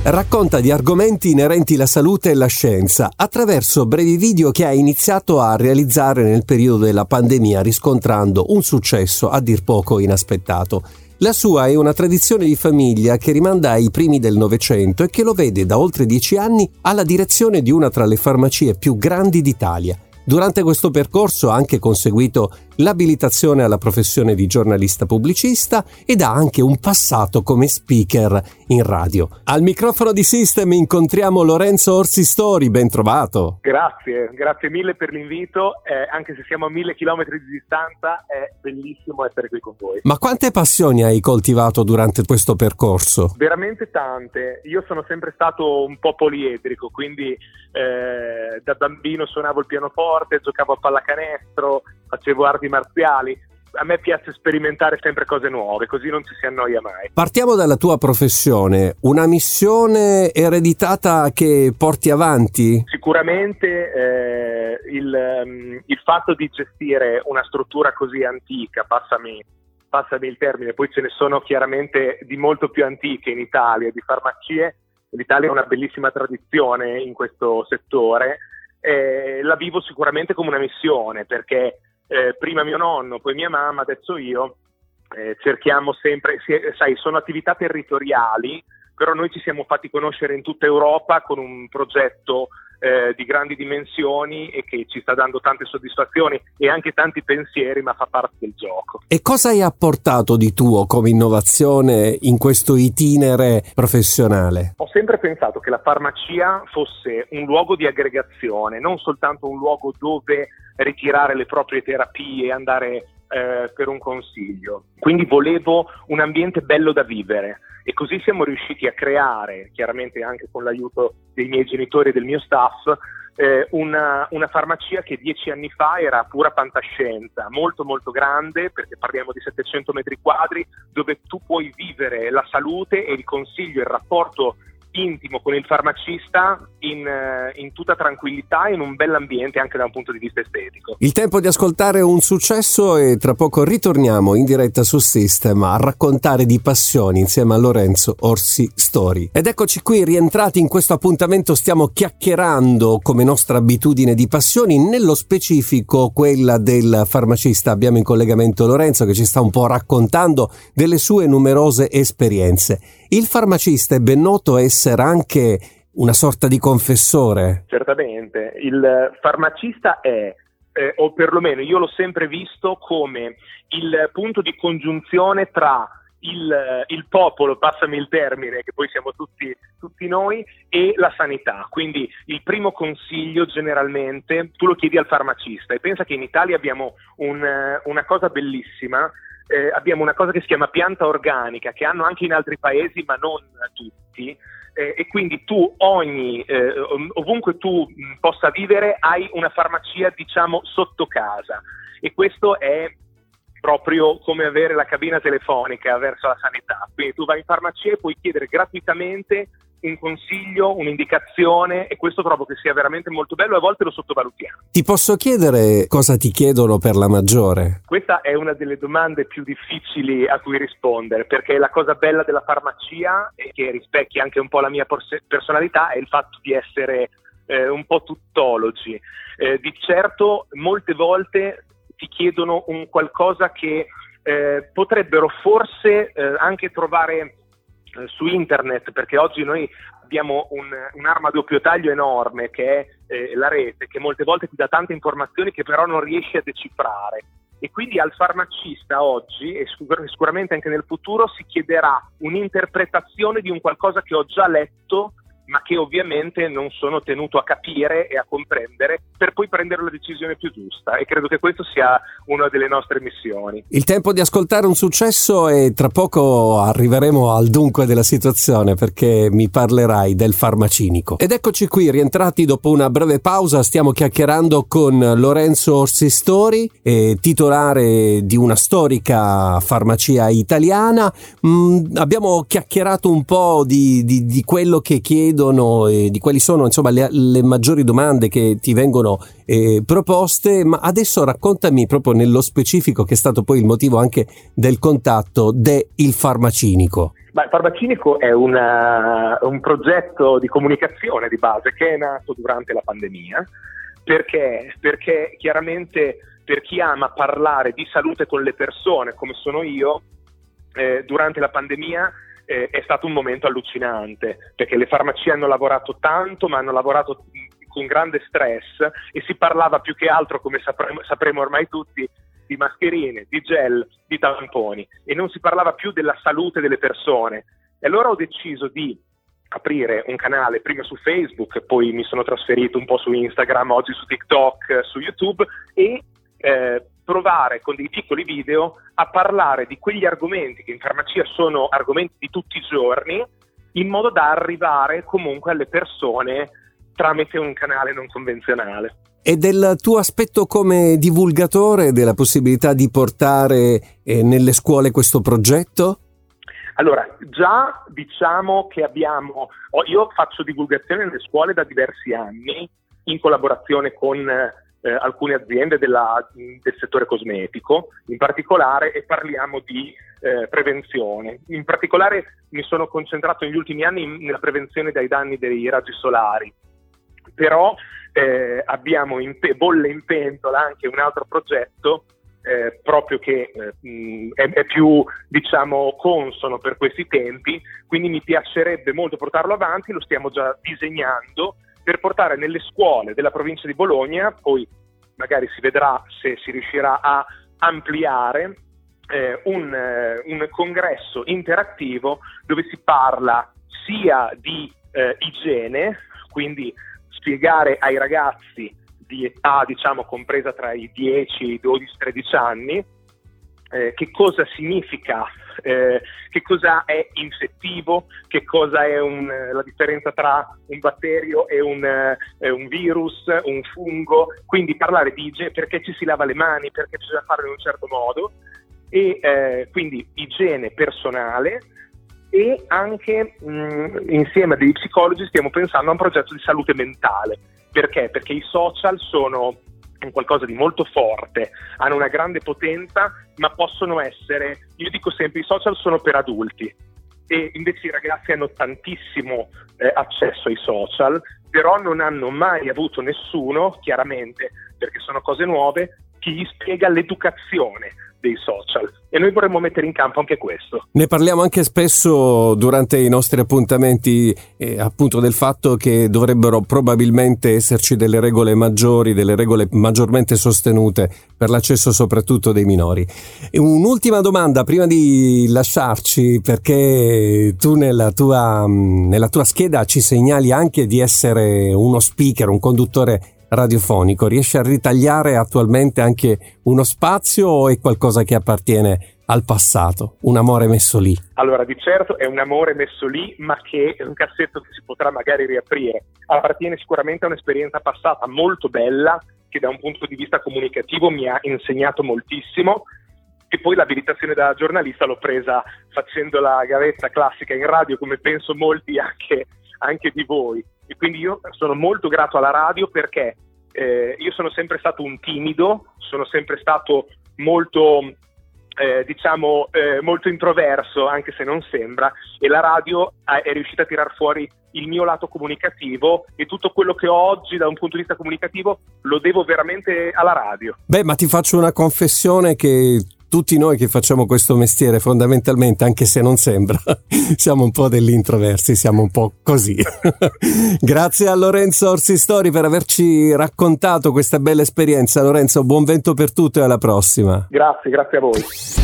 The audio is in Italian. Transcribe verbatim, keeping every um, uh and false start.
Racconta di argomenti inerenti alla salute e la scienza attraverso brevi video che ha iniziato a realizzare nel periodo della pandemia, riscontrando un successo a dir poco inaspettato. La sua è una tradizione di famiglia che rimanda ai primi del Novecento e che lo vede da oltre dieci anni alla direzione di una tra le farmacie più grandi d'Italia. Durante questo percorso ha anche conseguito l'abilitazione alla professione di giornalista pubblicista ed ha anche un passato come speaker in radio. Al microfono di System incontriamo Lorenzo Orsistori, ben trovato. Grazie, grazie mille per l'invito, eh, anche se siamo a mille chilometri di distanza è bellissimo essere qui con voi. Ma quante passioni hai coltivato durante questo percorso? Veramente tante, io sono sempre stato un po' poliedrico, quindi eh, da bambino suonavo il pianoforte, giocavo a pallacanestro, facevo arti marziali. A me piace sperimentare sempre cose nuove, così non ci si annoia mai. Partiamo dalla tua professione, una missione ereditata che porti avanti? Sicuramente eh, il, um, il fatto di gestire una struttura così antica, passami, passami il termine, poi ce ne sono chiaramente di molto più antiche in Italia, di farmacie. L'Italia ha una bellissima tradizione in questo settore, eh, la vivo sicuramente come una missione, perché Eh, prima mio nonno, poi mia mamma, adesso io, eh, cerchiamo sempre, si, sai, sono attività territoriali, però noi ci siamo fatti conoscere in tutta Europa con un progetto eh, di grandi dimensioni e che ci sta dando tante soddisfazioni e anche tanti pensieri, ma fa parte del gioco. E cosa hai apportato di tuo come innovazione in questo itinere professionale? Ho sempre pensato che la farmacia fosse un luogo di aggregazione, non soltanto un luogo dove ritirare le proprie terapie e andare eh, per un consiglio. Quindi volevo un ambiente bello da vivere e così siamo riusciti a creare, chiaramente anche con l'aiuto dei miei genitori e del mio staff, eh, una, una farmacia che dieci anni fa era pura fantascienza, molto molto grande, perché parliamo di settecento metri quadri, dove tu puoi vivere la salute e il consiglio, il rapporto intimo con il farmacista in, in tutta tranquillità, in un bell'ambiente anche da un punto di vista estetico. Il tempo di ascoltare un successo e tra poco ritorniamo in diretta su System a raccontare di passioni insieme a Lorenzo Orsistori. Ed eccoci qui rientrati in questo appuntamento, stiamo chiacchierando come nostra abitudine di passioni, nello specifico quella del farmacista. Abbiamo in collegamento Lorenzo che ci sta un po' raccontando delle sue numerose esperienze. Il farmacista è ben noto essere anche una sorta di confessore. Certamente, il farmacista è, eh, o perlomeno io l'ho sempre visto come il punto di congiunzione tra il, il popolo, passami il termine, che poi siamo tutti, tutti noi, e la sanità. Quindi il primo consiglio generalmente tu lo chiedi al farmacista, e pensa che in Italia abbiamo un, una cosa bellissima. Eh, abbiamo una cosa che si chiama pianta organica, che hanno anche in altri paesi ma non tutti, eh, e quindi tu ogni eh, ovunque tu mh, possa vivere hai una farmacia, diciamo, sotto casa, e questo è proprio come avere la cabina telefonica verso la sanità. Quindi tu vai in farmacia e puoi chiedere gratuitamente un consiglio, un'indicazione, e questo trovo che sia veramente molto bello, e a volte lo sottovalutiamo. Ti posso chiedere cosa ti chiedono per la maggiore? Questa è una delle domande più difficili a cui rispondere, perché la cosa bella della farmacia, e che rispecchia anche un po' la mia personalità, è il fatto di essere eh, un po' tuttologi. Eh, di certo molte volte ti chiedono un qualcosa che eh, potrebbero forse eh, anche trovare su internet, perché oggi noi abbiamo un, un'arma a doppio taglio enorme che è eh, la rete, che molte volte ti dà tante informazioni che però non riesci a decifrare, e quindi al farmacista oggi e sicuramente anche nel futuro si chiederà un'interpretazione di un qualcosa che ho già letto ma che ovviamente non sono tenuto a capire e a comprendere per poi prendere la decisione più giusta, e credo che questo sia una delle nostre missioni. Il tempo di ascoltare un successo, e tra poco arriveremo al dunque della situazione, perché mi parlerai del farmacinico. Ed eccoci qui rientrati dopo una breve pausa, stiamo chiacchierando con Lorenzo Orsistori, eh, titolare di una storica farmacia italiana. Mm, abbiamo chiacchierato un po' di, di, di quello che chiedono e di quali sono, insomma, le, le maggiori domande che ti vengono eh, proposte, ma adesso raccontami proprio nello specifico, che è stato poi il motivo anche del contatto, del farmacinico. Ma il Farmacinico è una, un progetto di comunicazione di base che è nato durante la pandemia, perché, perché chiaramente per chi ama parlare di salute con le persone, come sono io, eh, durante la pandemia eh, è stato un momento allucinante, perché le farmacie hanno lavorato tanto, ma hanno lavorato con grande stress e si parlava più che altro, come sapremo, sapremo ormai tutti, di mascherine, di gel, di tamponi, e non si parlava più della salute delle persone. E allora ho deciso di aprire un canale prima su Facebook, poi mi sono trasferito un po' su Instagram, oggi su TikTok, su YouTube, e eh, provare con dei piccoli video a parlare di quegli argomenti che in farmacia sono argomenti di tutti i giorni, in modo da arrivare comunque alle persone tramite un canale non convenzionale. E del tuo aspetto come divulgatore, della possibilità di portare eh, nelle scuole questo progetto? Allora, già diciamo che abbiamo, io faccio divulgazione nelle scuole da diversi anni, in collaborazione con eh, alcune aziende della, del settore cosmetico, in particolare, e parliamo di eh, prevenzione. In particolare mi sono concentrato negli ultimi anni nella prevenzione dai danni dei raggi solari, però eh, abbiamo in pe- bolle in pentola anche un altro progetto eh, proprio che eh, è, è più, diciamo, consono per questi tempi, quindi mi piacerebbe molto portarlo avanti, lo stiamo già disegnando per portare nelle scuole della provincia di Bologna, poi magari si vedrà se si riuscirà a ampliare eh, un, eh, un congresso interattivo dove si parla sia di eh, igiene, quindi spiegare ai ragazzi di età, diciamo, compresa tra i dieci, dodici, tredici anni, eh, che cosa significa, eh, che cosa è infettivo, che cosa è un, la differenza tra un batterio e un, eh, un virus, un fungo, quindi parlare di igiene, perché ci si lava le mani, perché bisogna farlo in un certo modo, e eh, quindi igiene personale. E anche mh, insieme a degli psicologi stiamo pensando a un progetto di salute mentale. Perché? Perché i social sono un qualcosa di molto forte, hanno una grande potenza, ma possono essere, io dico sempre, i social sono per adulti e invece i ragazzi hanno tantissimo eh, accesso ai social, però non hanno mai avuto nessuno, chiaramente, perché sono cose nuove, che gli spiega l'educazione dei social, e noi vorremmo mettere in campo anche questo. Ne parliamo anche spesso durante i nostri appuntamenti, eh, appunto del fatto che dovrebbero probabilmente esserci delle regole maggiori, delle regole maggiormente sostenute per l'accesso soprattutto dei minori. E un'ultima domanda prima di lasciarci, perché tu nella tua, nella tua scheda ci segnali anche di essere uno speaker, un conduttore radiofonico. Riesci a ritagliare attualmente anche uno spazio o è qualcosa che appartiene al passato, un amore messo lì? Allora, di certo è un amore messo lì, ma che è un cassetto che si potrà magari riaprire. Appartiene sicuramente a un'esperienza passata molto bella, che da un punto di vista comunicativo mi ha insegnato moltissimo, e poi l'abilitazione da giornalista l'ho presa facendo la gavetta classica in radio, come penso molti anche, anche di voi. E quindi io sono molto grato alla radio, perché eh, io sono sempre stato un timido, sono sempre stato molto, eh, diciamo, eh, molto introverso, anche se non sembra, e la radio è riuscita a tirar fuori il mio lato comunicativo, e tutto quello che ho oggi da un punto di vista comunicativo lo devo veramente alla radio. Beh, ma ti faccio una confessione che tutti noi che facciamo questo mestiere, fondamentalmente, anche se non sembra, siamo un po' degli introversi, siamo un po' così. Grazie a Lorenzo Orsistori per averci raccontato questa bella esperienza. Lorenzo, buon vento per tutto e alla prossima. Grazie, grazie a voi.